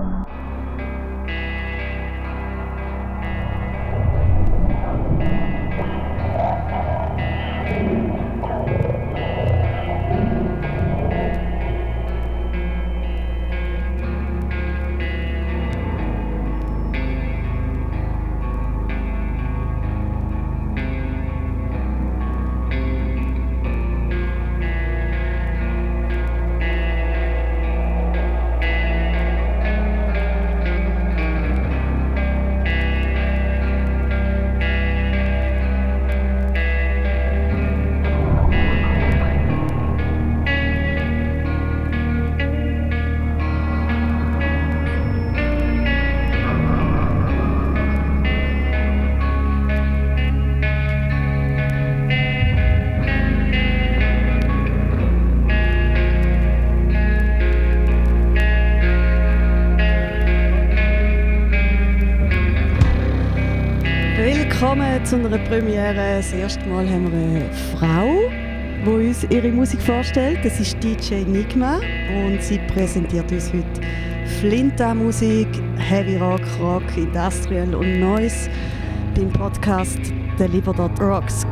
Willkommen zu einer Premiere. Das erste Mal haben wir eine Frau, die uns ihre Musik vorstellt. Das ist DJ Nigma und sie präsentiert uns heute Flinta-Musik, Heavy Rock, Rock, Industrial und Noise beim Podcast Deliver Dot Rocks.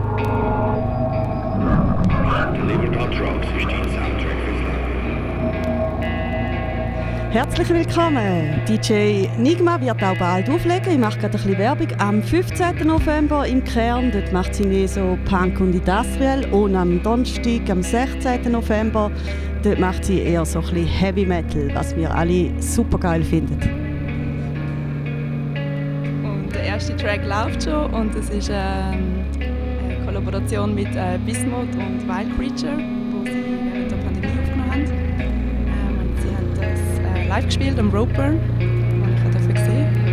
Deliver Dot Rocks ist dein Soundtrack fürs Leben. Herzlich willkommen! DJ Nigma wird auch bald auflegen. Ich mache gerade ein bisschen Werbung. Am 15. November im Kern, dort macht sie mehr so Punk und Industrial. Und am Donnerstag, am 16. November, dort macht sie eher so ein bisschen Heavy Metal, was wir alle super geil finden. Und der erste Track läuft schon und es ist eine Kollaboration mit Bismuth und Wild Creature, die sie während der Pandemie aufgenommen haben. Und sie haben das live gespielt am Roadburn, wo ich dafür gesehen habe.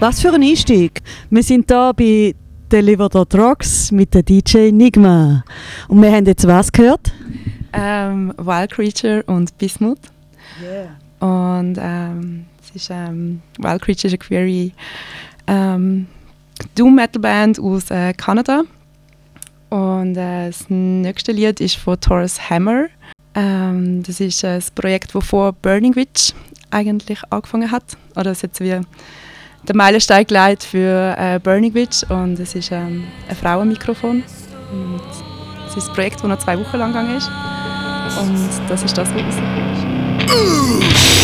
Was für ein Einstieg. Wir sind hier bei Delivered Rocks mit der DJ Nigma. Und wir haben jetzt was gehört? Wild Creature und Bismuth. Yeah. Und es ist, Wild Creature ist eine queere Doom-Metal-Band aus Kanada. Und das nächste Lied ist von Taurus Hammer. Das ist ein Projekt, das vor Burning Witch eigentlich angefangen hat. Oder es hat so wie den Meilenstein gelegt für Burning Witch. Und es ist ein Frauenmikrofon. Und es ist ein Projekt, das noch 2 Wochen lang gegangen ist. Und das ist das, was rausgekommen ist.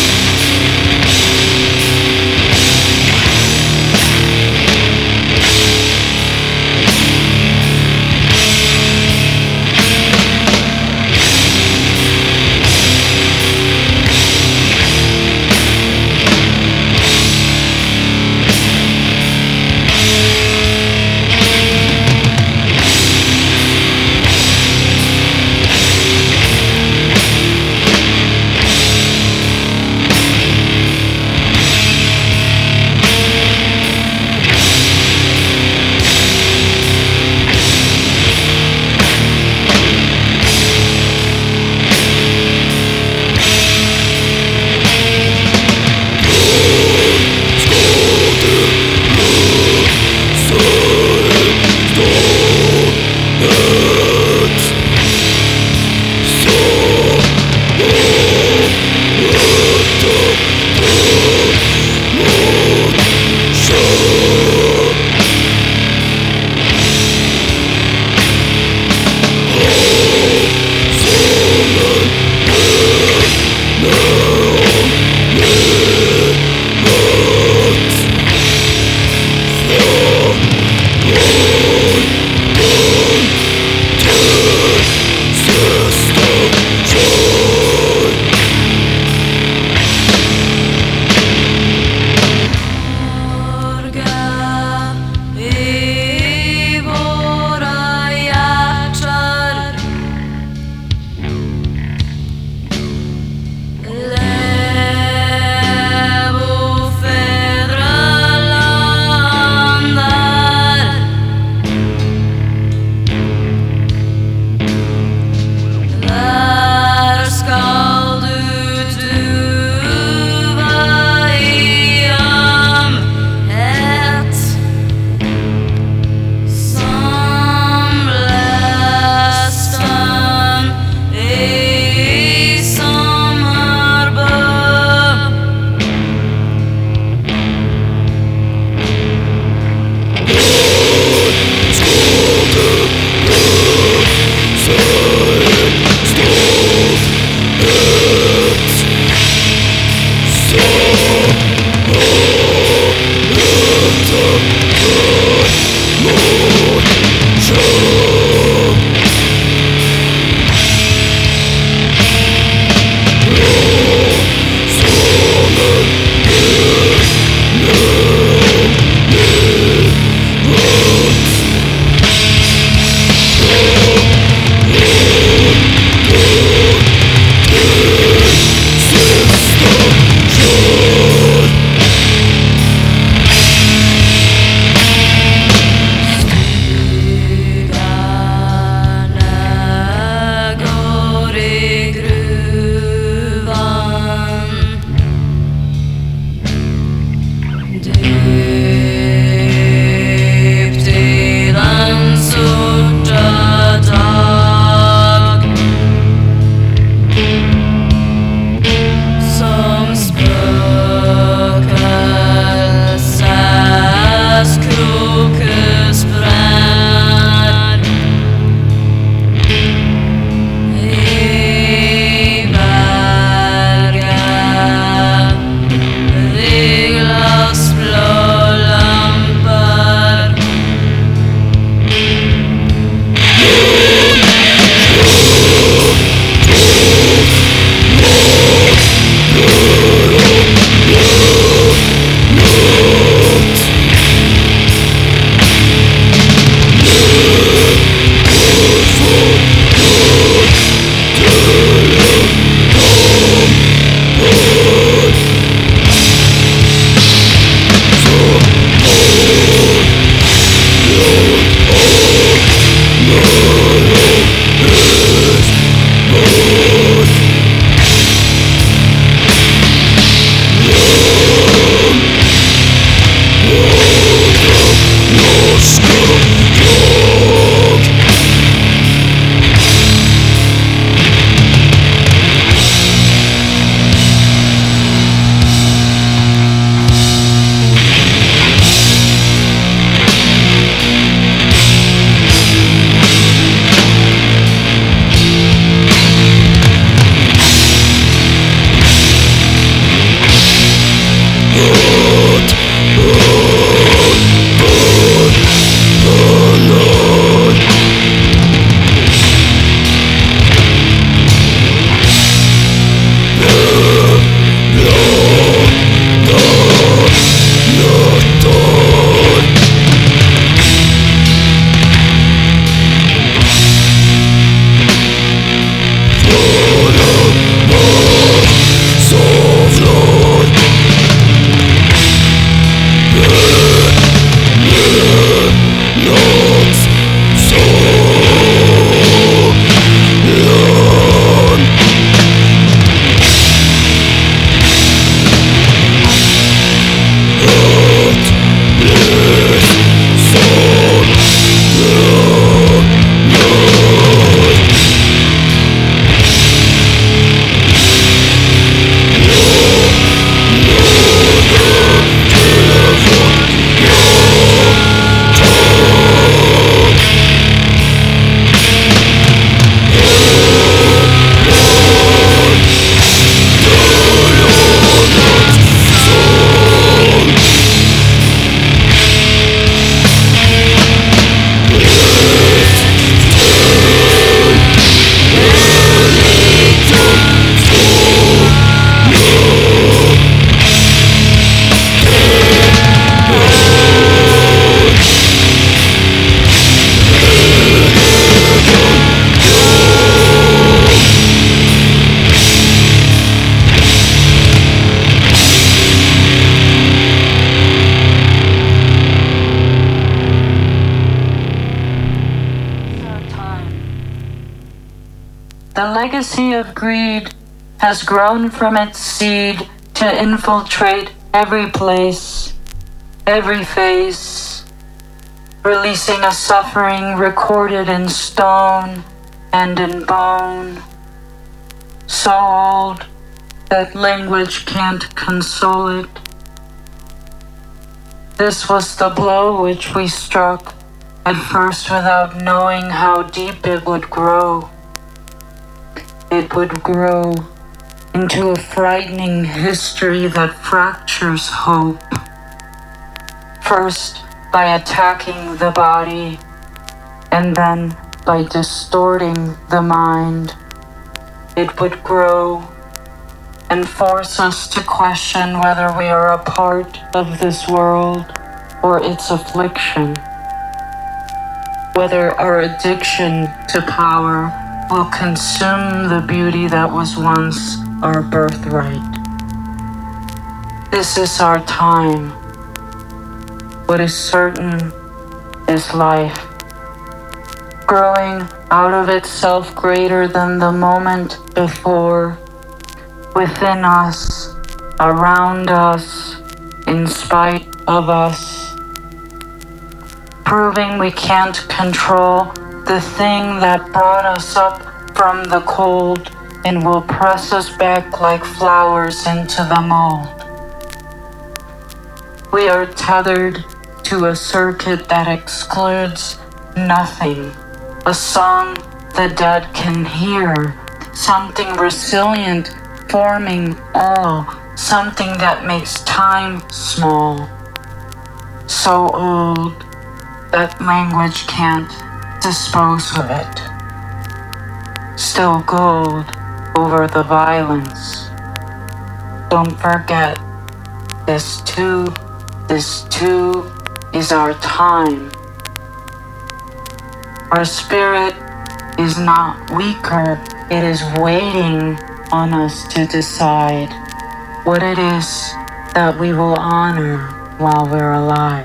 legacy of greed has grown from its seed to infiltrate every place, every face, releasing a suffering recorded in stone and in bone, so old that language can't console it. This was the blow which we struck, at first without knowing how deep it would grow. It would grow into a frightening history that fractures hope. First by attacking the body, and then by distorting the mind. It would grow and force us to question whether we are a part of this world or its affliction, whether our addiction to power will consume the beauty that was once our birthright. This is our time. What is certain is life, growing out of itself greater than the moment before, within us, around us, in spite of us, proving we can't control the thing that brought us up from the cold and will press us back like flowers into the mold. We are tethered to a circuit that excludes nothing, a song the dead can hear, something resilient forming all, something that makes time small, so old that language can't dispose of it. Still gold over the violence. Don't forget, this too is our time. Our spirit is not weaker, it is waiting on us to decide what it is that we will honor while we're alive.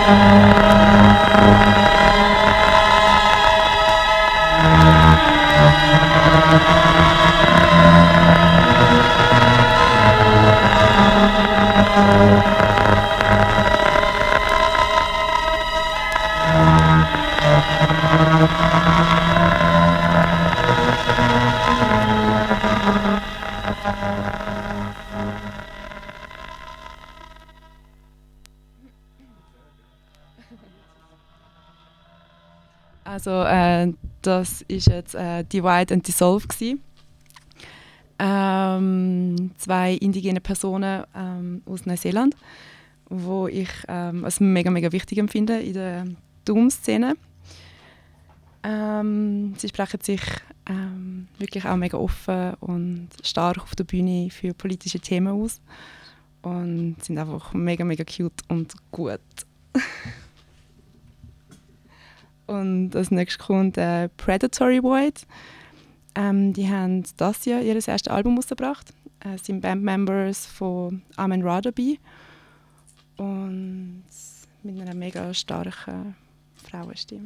Also das ist jetzt Divide and Dissolve gsi. 2 indigene Personen aus Neuseeland, wo ich als mega wichtig empfinde in der Doom-Szene. Sie sprechen sich wirklich auch mega offen und stark auf der Bühne für politische Themen aus und sind einfach mega cute und gut. Und als nächstes kommt Predatory Void. Die haben das Jahr ihr erstes Album rausgebracht. Es sind Bandmembers von Amen Ra dabei. Und mit einer mega starken Frauenstimme.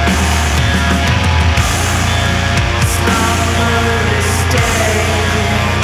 Stay.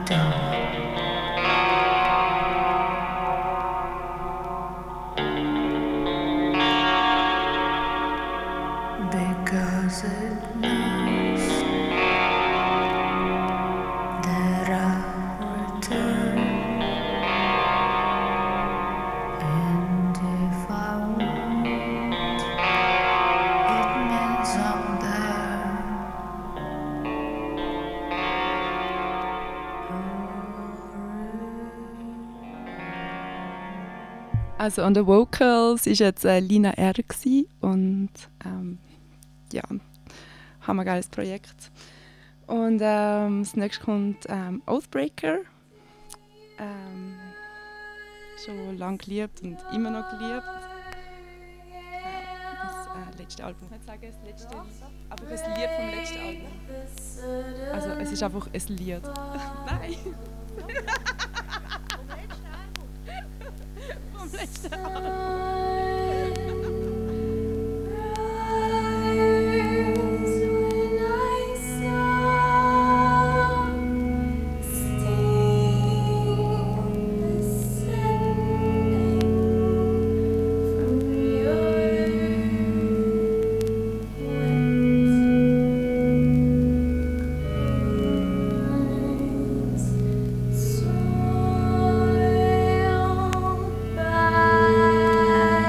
Because it knows that I'll return, and if I won't, it means I'm there. Also an den Vocals war jetzt Lina R. und ja, hammer geiles Projekt. Und das nächste kommt Oathbreaker. Schon lange geliebt und immer noch geliebt. Das letzte Album. Ich würde sagen, das letzte, aber ein Lied vom letzten Album. Also es ist einfach ein Lied. Nein! Vom letzten Album. Bye.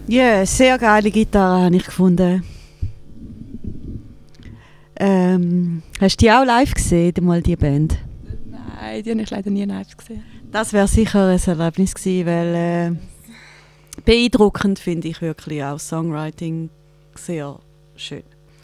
Ja, sehr geile Gitarre habe ich gefunden. Hast du die auch live gesehen, mal die Band? Nein, die habe ich leider nie live gesehen. Das wäre sicher ein Erlebnis gewesen, weil beeindruckend finde ich wirklich auch Songwriting sehr schön.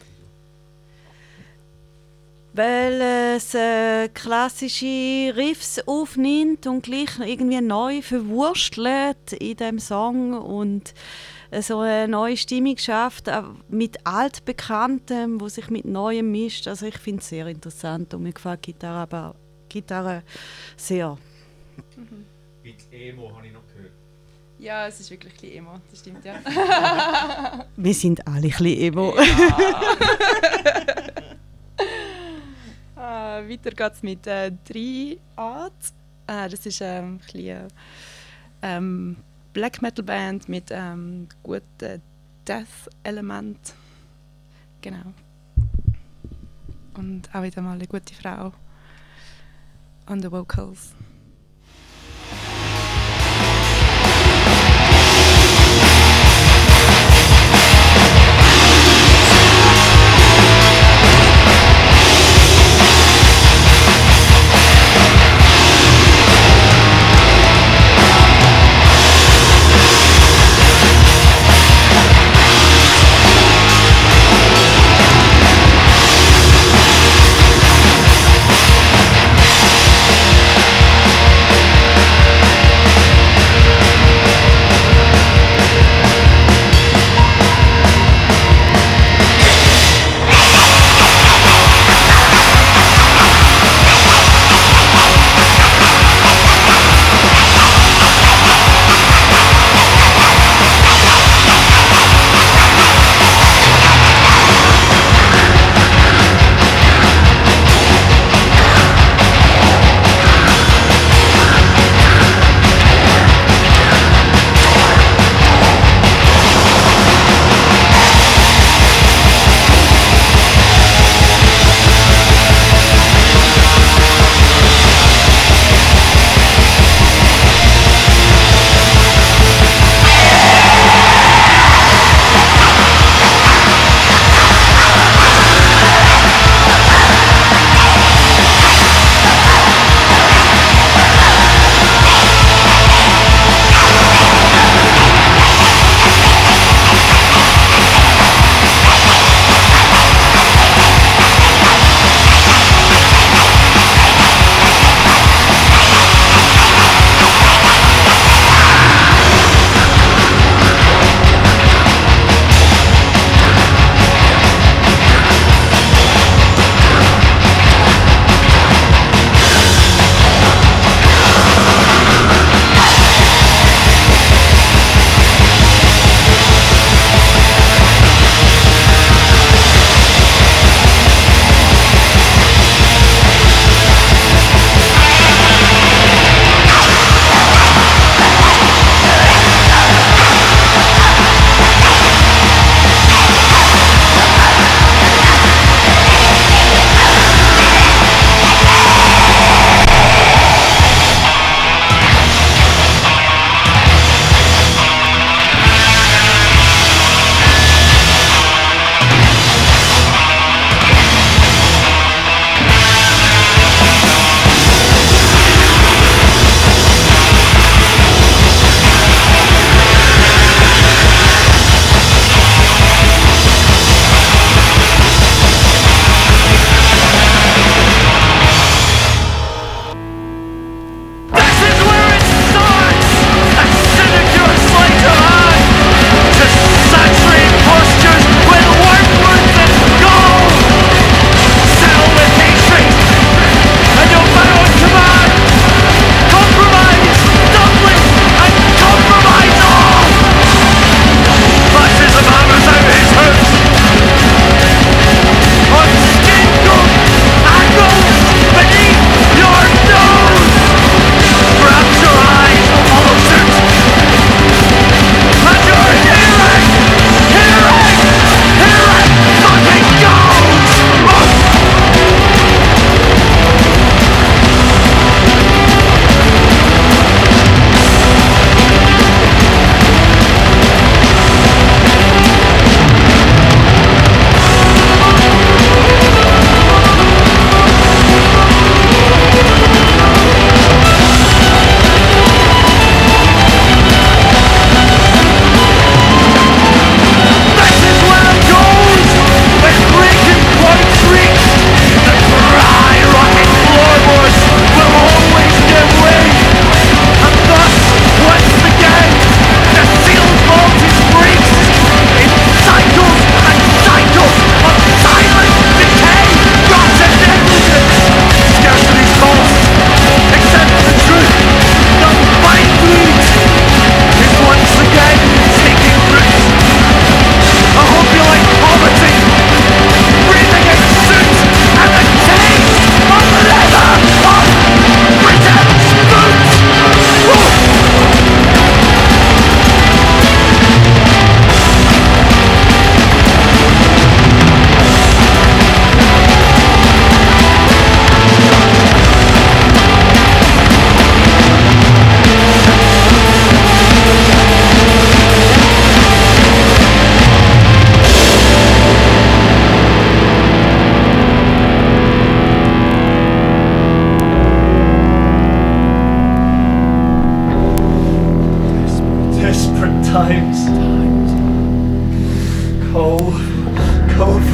Weil es klassische Riffs aufnimmt und gleich irgendwie neu verwurstelt in dem Song und so eine neue Stimmung schafft, auch mit Altbekanntem, wo sich mit Neuem mischt. Also ich finde es sehr interessant und mir gefällt Gitarre sehr. Mit Emo habe ich noch gehört. Ja, es ist wirklich ein bisschen Emo, das stimmt, ja. Wir sind alle ein bisschen Emo. Weiter geht es mit 3 Art. Das ist ein bisschen Black Metal Band mit guten Death-Element. Genau. Und auch wieder mal eine gute Frau an den Vocals.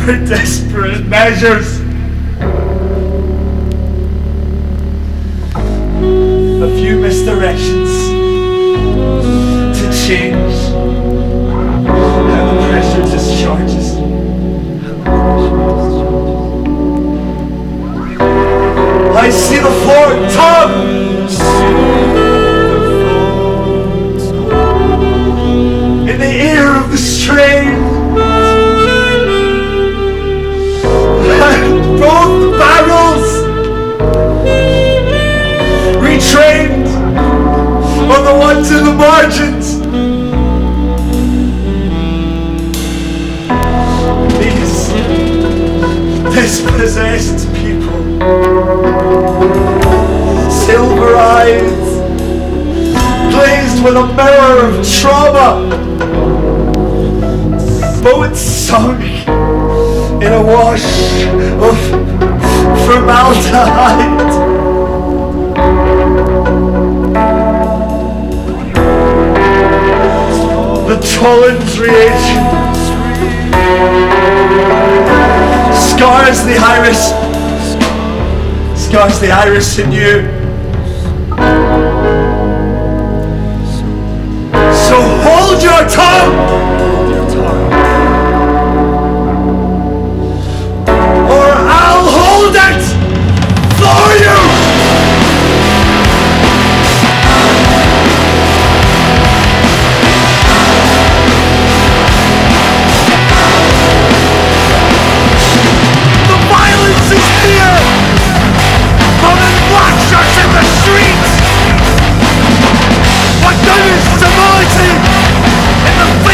for desperate measures. A few misdirections to change how the pressure discharges. I see the forked tongue. In the ear of the strain. And both the barrels retrained on the ones in the margins. These dispossessed people, silver-eyed, glazed with a mirror of trauma, boats sunk in a wash of formaldehyde. The Tollens reagent scars the iris in you. So hold your tongue, or I'll hold it for you. The violence is here. Modern black shirts in the streets. What good is civility in the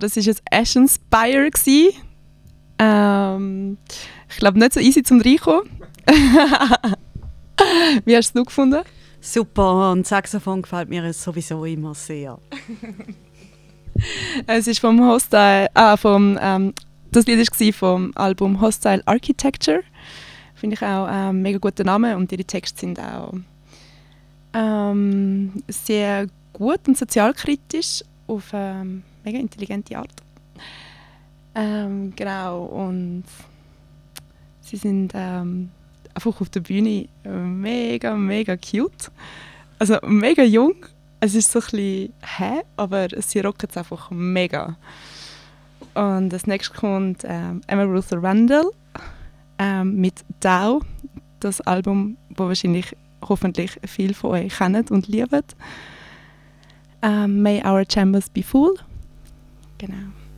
das war ein Ashen Spire. Ich glaube, nicht so easy zum Reinkommen. Wie hast du es gefunden? Super, und Saxophon gefällt mir sowieso immer sehr. Es ist vom Hostile, das Lied war vom Album Hostile Architecture. Finde ich auch ein mega guter Name und ihre Texte sind auch sehr gut und sozialkritisch auf eine mega intelligente Art. Genau, und sie sind einfach auf der Bühne mega, mega cute. Also mega jung. Es ist so ein bisschen aber sie rocken es einfach mega. Und das nächste kommt Emma Ruther Randall mit «Dow», das Album, das wahrscheinlich hoffentlich viele von euch kennen und lieben. «May Our Chambers Be Full». Genau.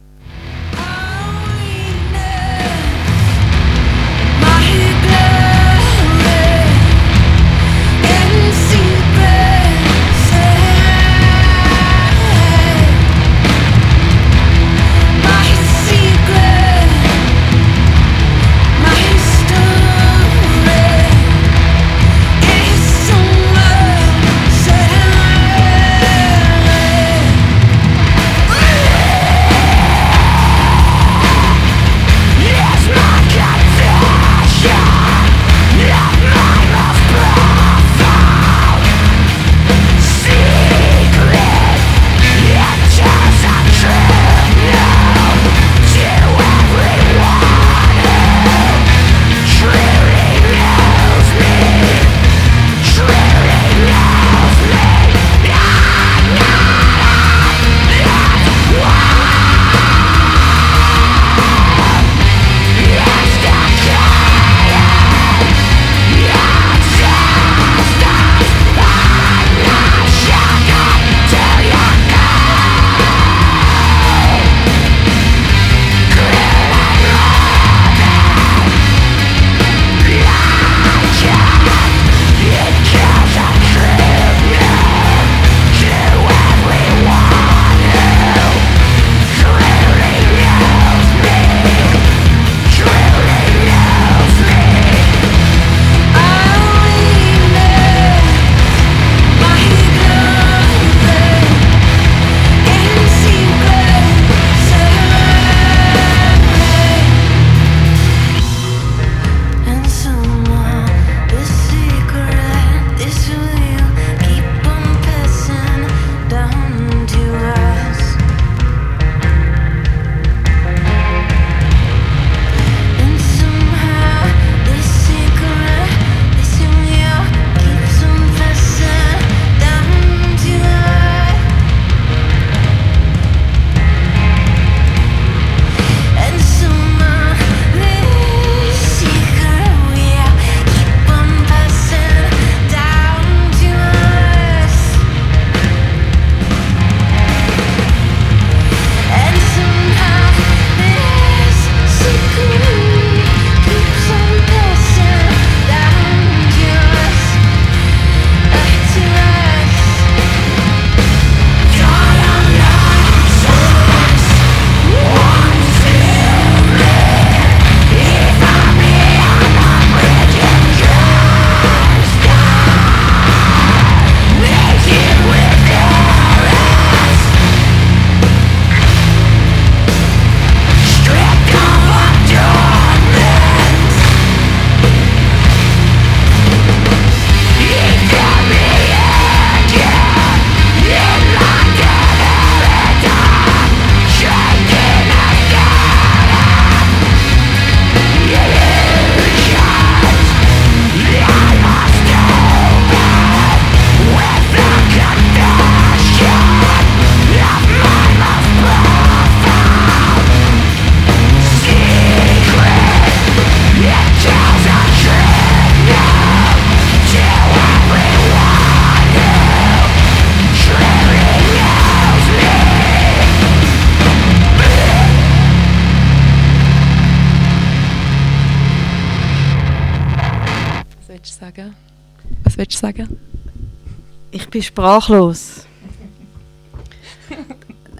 Was willst du sagen? Ich bin sprachlos.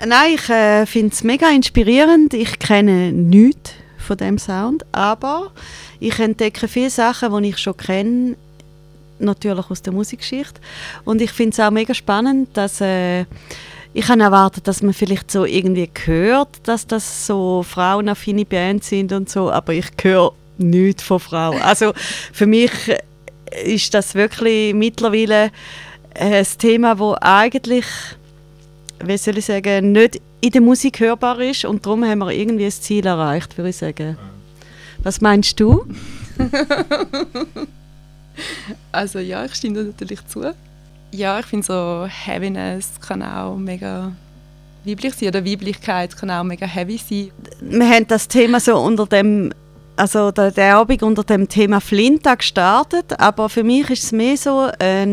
Nein, ich finde es mega inspirierend. Ich kenne nichts von dem Sound, aber ich entdecke viele Sachen, die ich schon kenne, natürlich aus der Musikgeschichte. Und ich finde es auch mega spannend, dass ich habe erwartet, dass man vielleicht so irgendwie hört, dass das so frauenaffine Bands sind und so, aber ich höre nichts von Frauen. Also für mich ist das wirklich mittlerweile ein Thema, das eigentlich, wie soll ich sagen, nicht in der Musik hörbar ist und darum haben wir irgendwie ein Ziel erreicht, würde ich sagen. Was meinst du? Also ja, ich stimme da natürlich zu. Ja, ich finde so Heaviness kann auch mega weiblich sein oder Weiblichkeit kann auch mega heavy sein. Wir haben das Thema so unter dem, also der Abend unter dem Thema Flinta gestartet, aber für mich ist es mehr so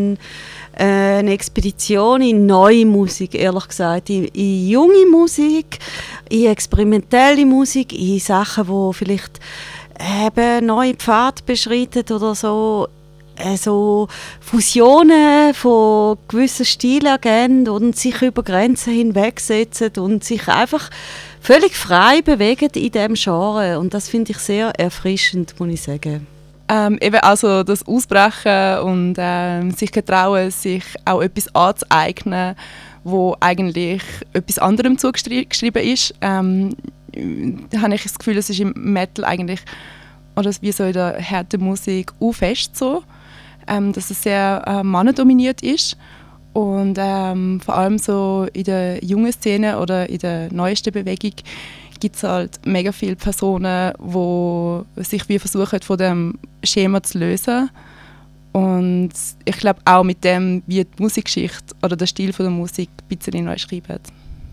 eine Expedition in neue Musik, ehrlich gesagt, in junge Musik, in experimentelle Musik, in Sachen, die vielleicht eben neue Pfade beschreiten oder so. So Fusionen von gewissen Stilen geben und sich über Grenzen hinwegsetzen und sich einfach völlig frei bewegen in diesem Genre. Und das finde ich sehr erfrischend, muss ich sagen. Eben also das Ausbrechen und sich getrauen, sich auch etwas anzueignen, wo eigentlich etwas anderem zugeschrieben ist. Habe ich das Gefühl, es ist im Metal eigentlich, oder wie so in der harten Musik, auch fest so. Dass es sehr mannendominiert ist und vor allem so in der jungen Szene oder in der neuesten Bewegung gibt es halt mega viele Personen, die sich wie versuchen, von dem Schema zu lösen. Und ich glaube auch mit dem, wie die Musikgeschichte oder der Stil von der Musik ein bisschen neu schreiben.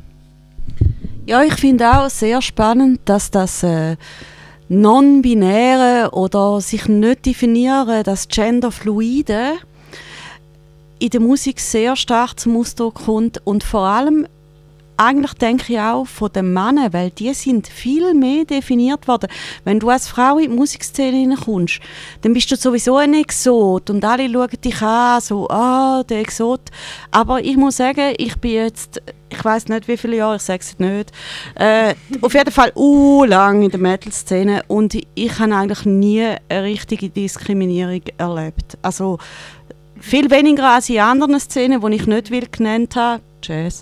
Ja, ich finde auch sehr spannend, dass das Non-Binäre oder sich nicht definieren, das Genderfluide in der Musik sehr stark zum Ausdruck kommt und vor allem eigentlich denke ich auch von den Männern, weil die sind viel mehr definiert worden. Wenn du als Frau in die Musikszene hineinkommst, dann bist du sowieso ein Exot und alle schauen dich an, so, der Exot. Aber ich muss sagen, ich bin jetzt, ich weiss nicht wie viele Jahre, ich sage es nicht, auf jeden Fall lang in der Metal-Szene und ich habe eigentlich nie eine richtige Diskriminierung erlebt. Also viel weniger als in anderen Szenen, die ich nicht genannt habe. Jazz.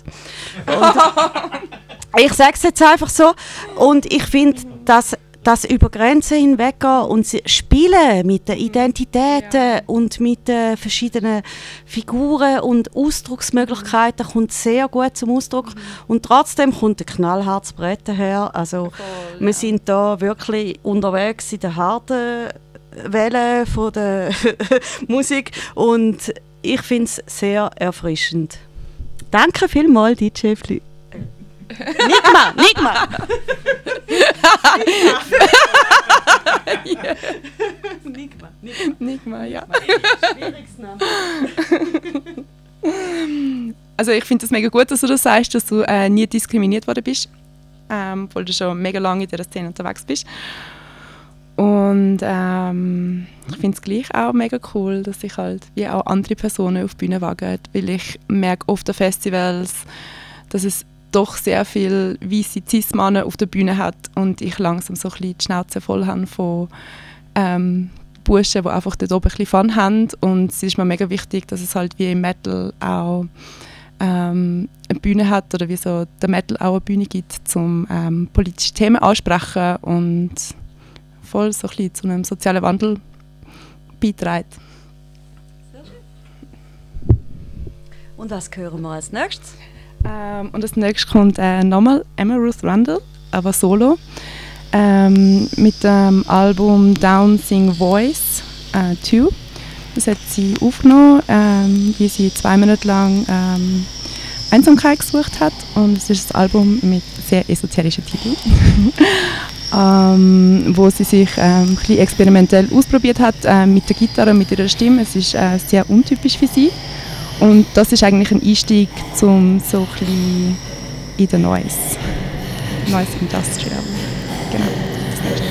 Und ich sage es jetzt einfach so. Und ich finde, dass das über Grenzen hinweggehen und spielen mit den Identitäten und mit den verschiedenen Figuren und Ausdrucksmöglichkeiten kommt sehr gut zum Ausdruck. Und trotzdem kommt ein knallhartes Brett her. Also wir sind da wirklich unterwegs in der harten Welle von der Musik und ich finde es sehr erfrischend. Danke vielmals, DJ Fly. Nigma! Nigma, ja. Also ich finde es mega gut, dass du das sagst, dass du nie diskriminiert worden bist, obwohl du schon mega lange in dieser Szene unterwegs bist. Und ich finde es gleich auch mega cool, dass sich halt wie auch andere Personen auf die Bühne wagen, weil ich merke oft an Festivals, dass es doch sehr viele weisse Cis-Männer auf der Bühne hat und ich langsam so ein bisschen die Schnauze voll habe von Burschen, die einfach dort oben ein bisschen Fun haben und es ist mir mega wichtig, dass es halt wie im Metal auch eine Bühne hat oder wie so der Metal auch eine Bühne gibt, um politische Themen ansprechen und voll so ein bisschen zu einem sozialen Wandel beiträgt. Und was hören wir als nächstes? Und als nächstes kommt nochmal Emma Ruth Randall, aber solo, mit dem Album Down Sing Voice 2. Das hat sie aufgenommen, wie sie 2 Monate lang Einsamkeit gesucht hat. Und es ist ein Album mit sehr esoterischen Titeln. Wo sie sich ein bisschen experimentell ausprobiert hat mit der Gitarre und mit ihrer Stimme. Es ist sehr untypisch für sie. Und das ist eigentlich ein Einstieg zum so ein bisschen in den Noise Industrial. Genau, das nächste.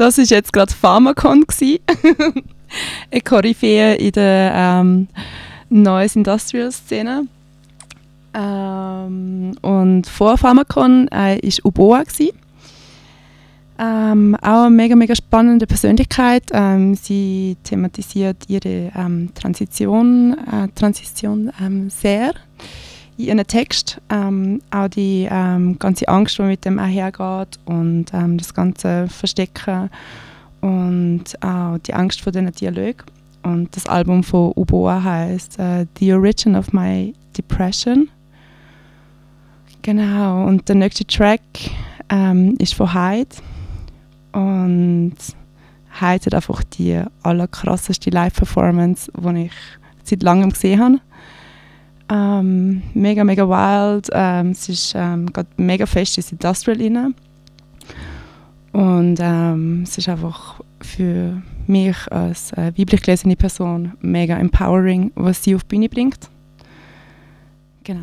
Das war jetzt gerade Pharmakon gsi. Eine Koryphäe in der Noise Industrial Szene. Und vor Pharmakon war Uboa gsi. Auch eine mega, mega spannende Persönlichkeit. Sie thematisiert ihre Transition sehr in ihren Text. Auch die ganze Angst, die mit dem einhergeht und das ganze Verstecken und auch die Angst vor diesen Dialogen. Und das Album von Uboa heißt The Origin of My Depression. Genau, und der nächste Track ist von Hyde. Und Hyde hat einfach die allerkrasseste Live-Performance, die ich seit langem gesehen habe. Mega, mega wild. Es ist geht mega fest ins Industrial rein. Und es ist einfach für mich als weiblich gelesene Person mega empowering, was sie auf die Bühne bringt. Genau.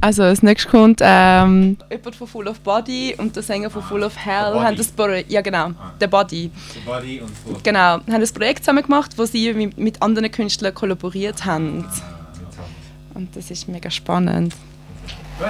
Also als nächstes kommt jemand von Full of Body und der Sänger von Full of Hell haben das Projekt, ja genau, der Body. Der Body und Full. Genau, haben ein Projekt zusammen gemacht, wo sie mit anderen Künstlern kollaboriert haben. Und das ist mega spannend. Gut.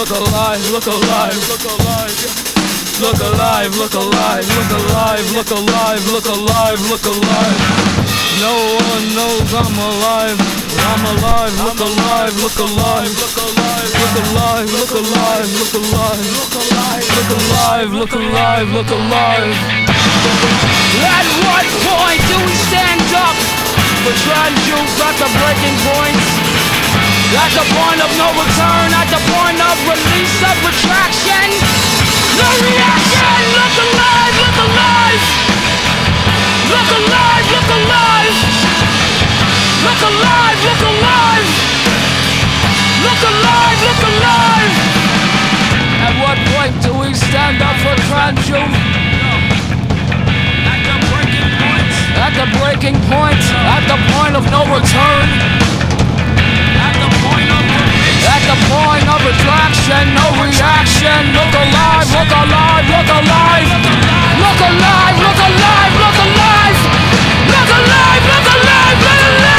look alive, look alive, look alive. Look alive, look alive, look alive, look alive, look alive, look alive. No one knows I'm alive. I'm alive, look alive, look alive, look alive, look alive, look alive, look alive, look alive, look alive, look alive, look alive. At what point do we stand up for trans youth at the breaking point? At the point of no return, at the point of release of retraction. No reaction, look alive, look alive. Look alive, look alive. Look alive, look alive. Look alive, look alive. At what point do we stand up for trans youth? At the breaking point. At the breaking point. At the point of no return. At the point of release. At the point of retraction, no reaction. Look alive, look alive, look alive. Look alive, look alive, look alive. Look alive, look alive, look alive.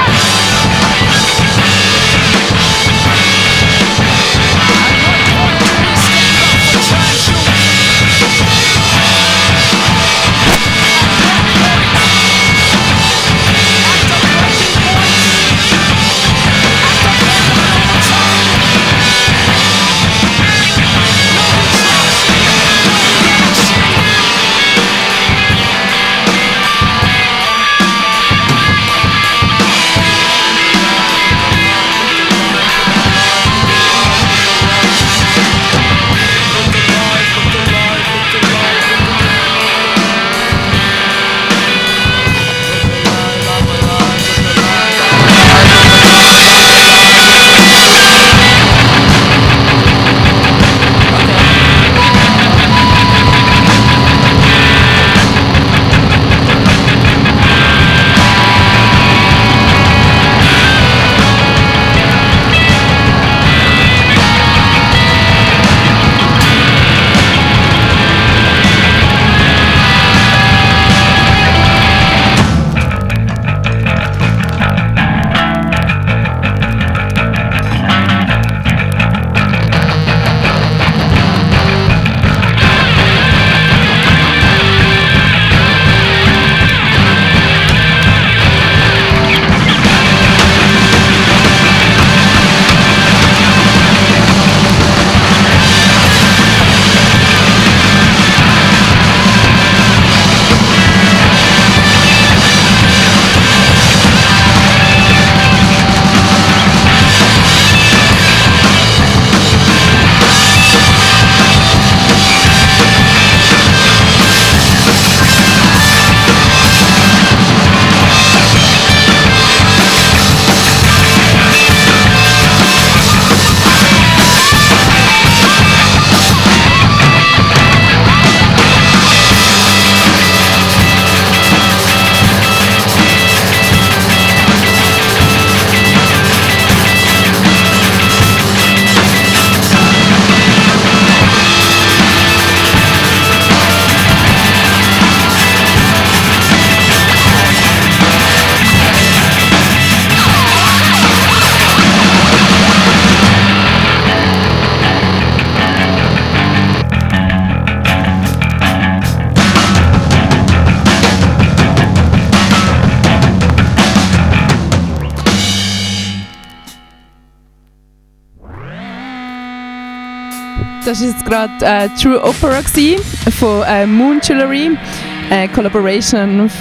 Das war jetzt gerade True Opera von Moon Jewelry, Collaboration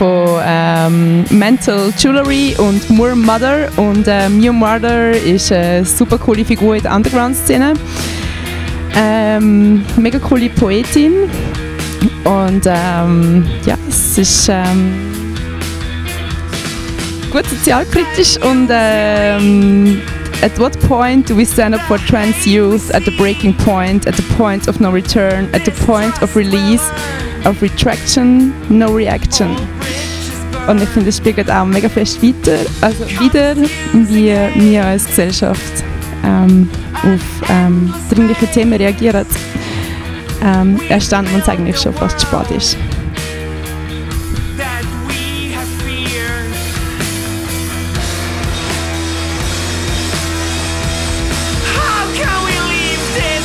von Mental Jewelry und Moore Mother. Und Moore Mother ist eine super coole Figur in der Underground-Szene. Mega coole Poetin. Und ja, es ist gut sozialkritisch und at what point do we stand up for trans youth? At the breaking point, at the point of no return, at the point of release, of retraction, no reaction. Und ich finde, das spiegelt auch mega fest wieder, wie wir als Gesellschaft auf dringliche Themen reagieren. Erst dann, wenn es eigentlich schon fast spät ist. How can we leave this?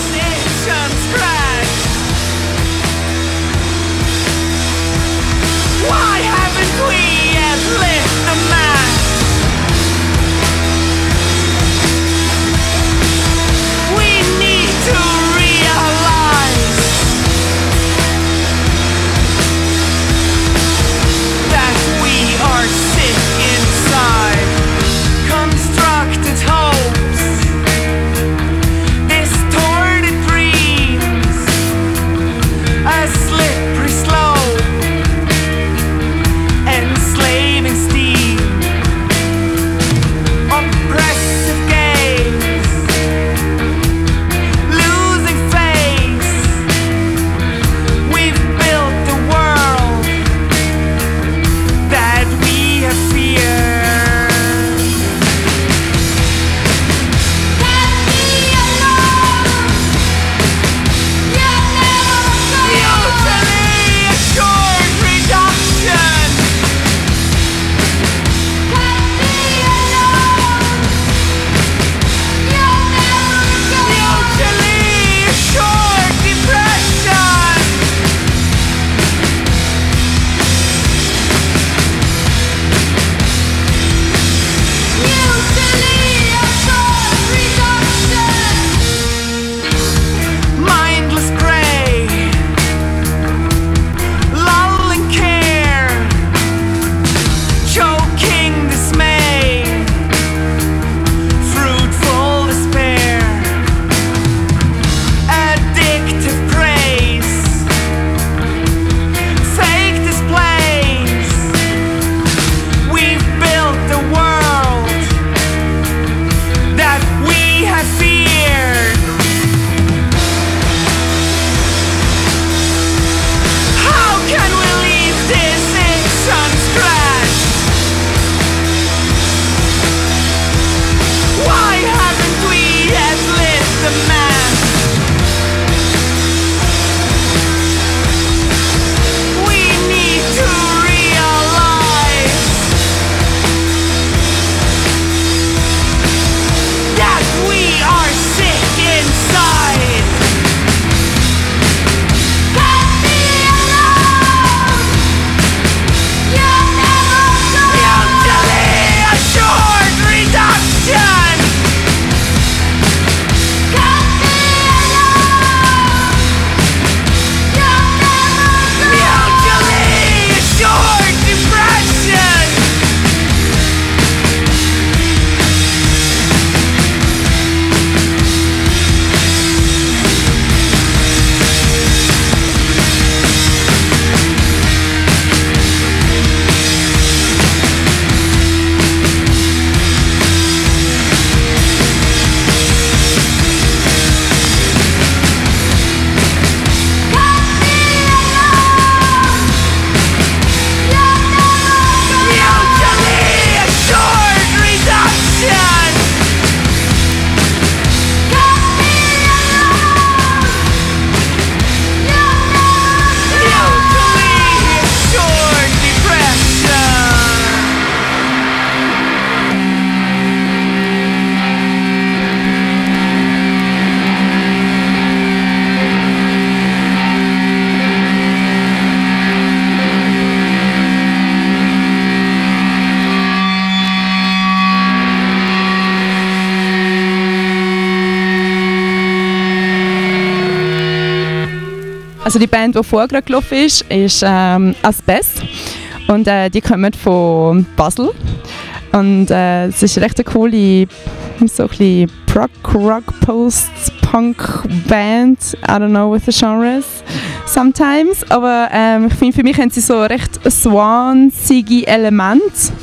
Also die Band, die vorher gerade gelaufen ist Asbest. Und die kommen von Basel. Und es ist eine recht coole, so ein bisschen Rock, Post-Punk-Band. I don't know with the genres sometimes. Aber ich finde, für mich haben sie so recht swansige Elemente.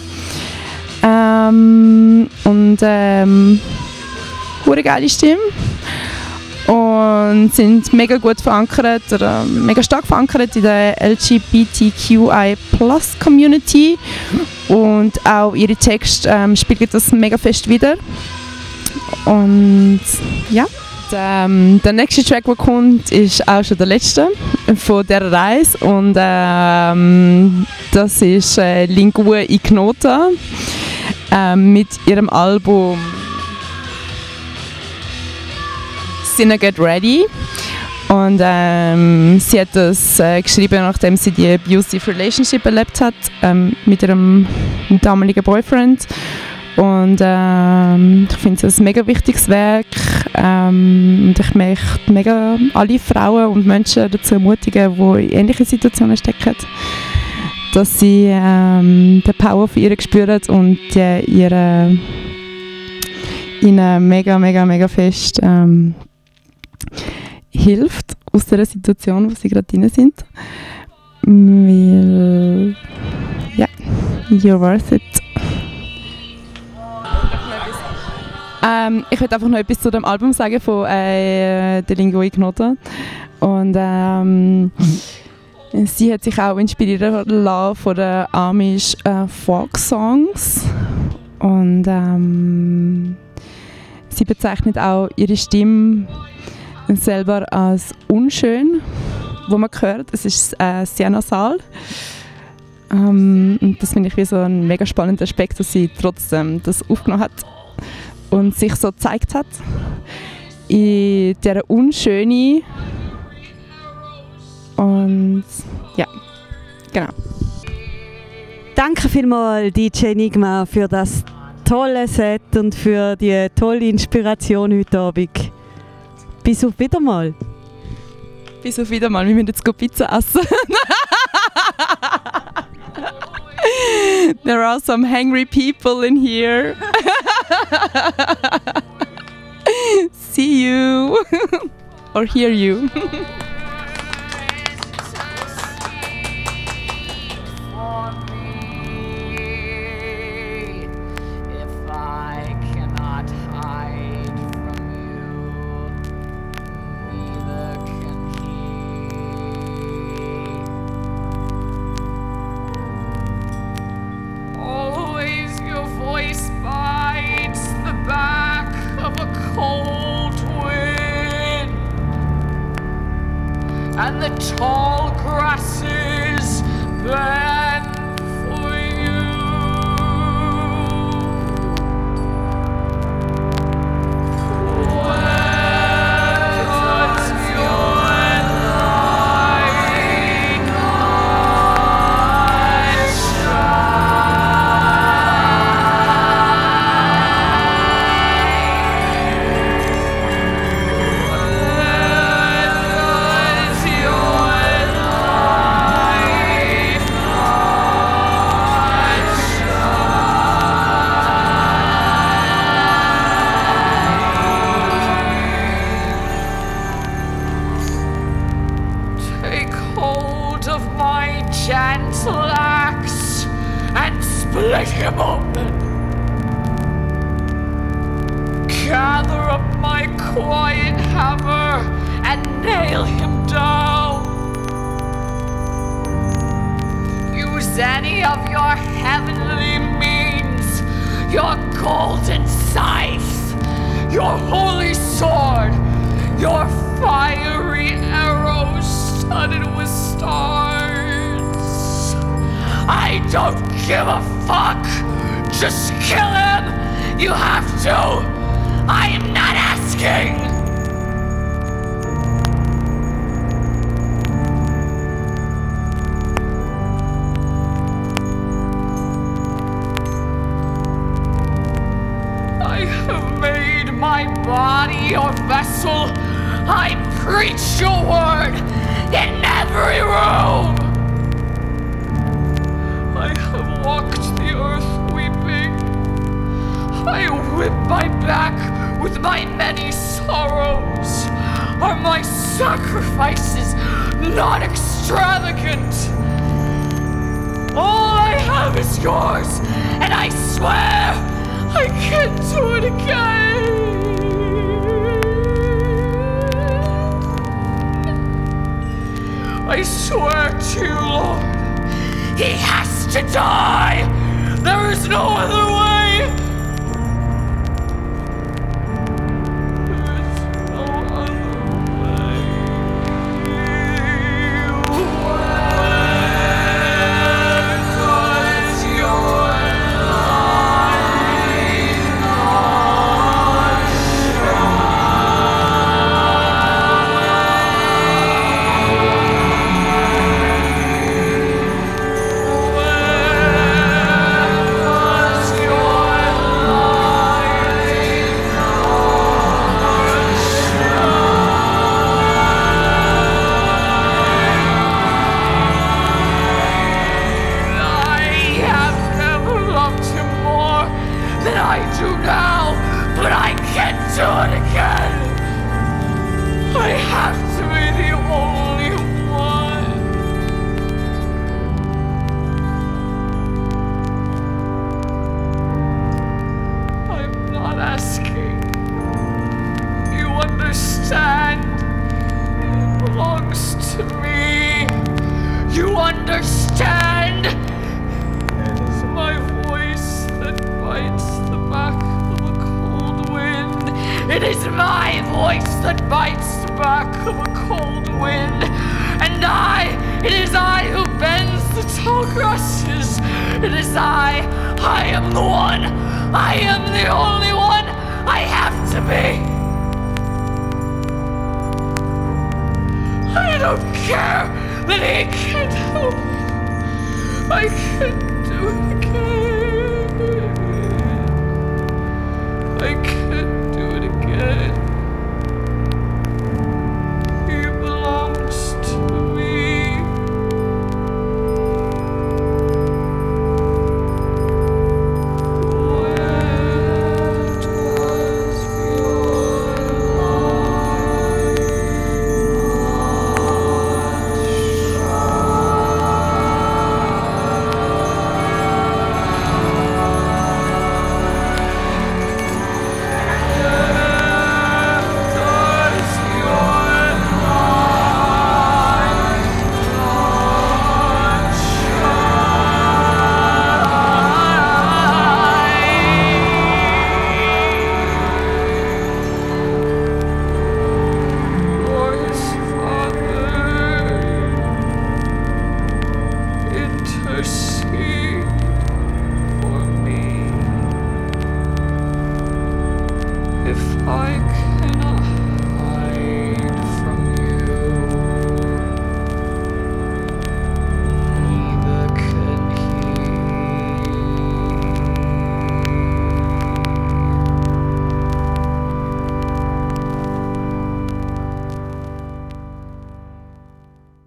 Hure geile Stimme. Und sind mega gut verankert oder mega stark verankert in der LGBTQI+-Community und auch ihre Texte spiegeln das mega fest wider. Und ja, der nächste Track, der kommt, ist auch schon der letzte von dieser Reise und das ist Lingua Ignota mit ihrem Album Sinner Get Ready. Und sie hat das geschrieben, nachdem sie die abusive Relationship erlebt hat mit ihrem damaligen Boyfriend. Und ich finde es ein mega wichtiges Werk. Und ich möchte mega alle Frauen und Menschen dazu ermutigen, die in ähnlichen Situationen stecken, dass sie die Power von ihr spüren und ihnen mega fest hilft aus der Situation, wo sie gerade drin sind. Weil, ja, you're worth it. Ich würde einfach noch etwas zu dem Album sagen von der Lingua Ignota. Und sie hat sich auch inspirieren lassen von den Amish Folk-Songs. Und sie bezeichnet auch ihre Stimme selber als unschön, wo man hört. Es ist sehr nasal. Und das finde ich wie so ein mega spannender Aspekt, dass sie trotzdem das aufgenommen hat und sich so gezeigt hat in dieser unschönen. Und ja, genau. Danke vielmals DJ Nigma für das tolle Set und für die tolle Inspiration heute Abend. Bis auf wieder mal. Bis auf wieder mal. Wir müssen jetzt Pizza essen. There are some hungry people in here. See you. Or hear you. And the tall grasses bend for you. Where does your light gentle axe and split him open. Gather up my quiet hammer and nail him down. Use any of your heavenly means, your golden scythe, your holy sword, your fiery arrows studded with stars. I don't give a fuck. Just kill him. You have to. I am not asking. I have made my body your vessel. I preach your word. in every room. I have walked the earth weeping. I whip my back with my many sorrows. Are my sacrifices not extravagant? All I have is yours, and I swear I can't do it again. I swear to you, Lord, he has to die. There is no other way.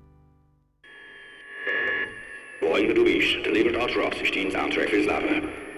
Wo immer du bist, der Liberty Ross ist dein Soundtrack fürs Leben.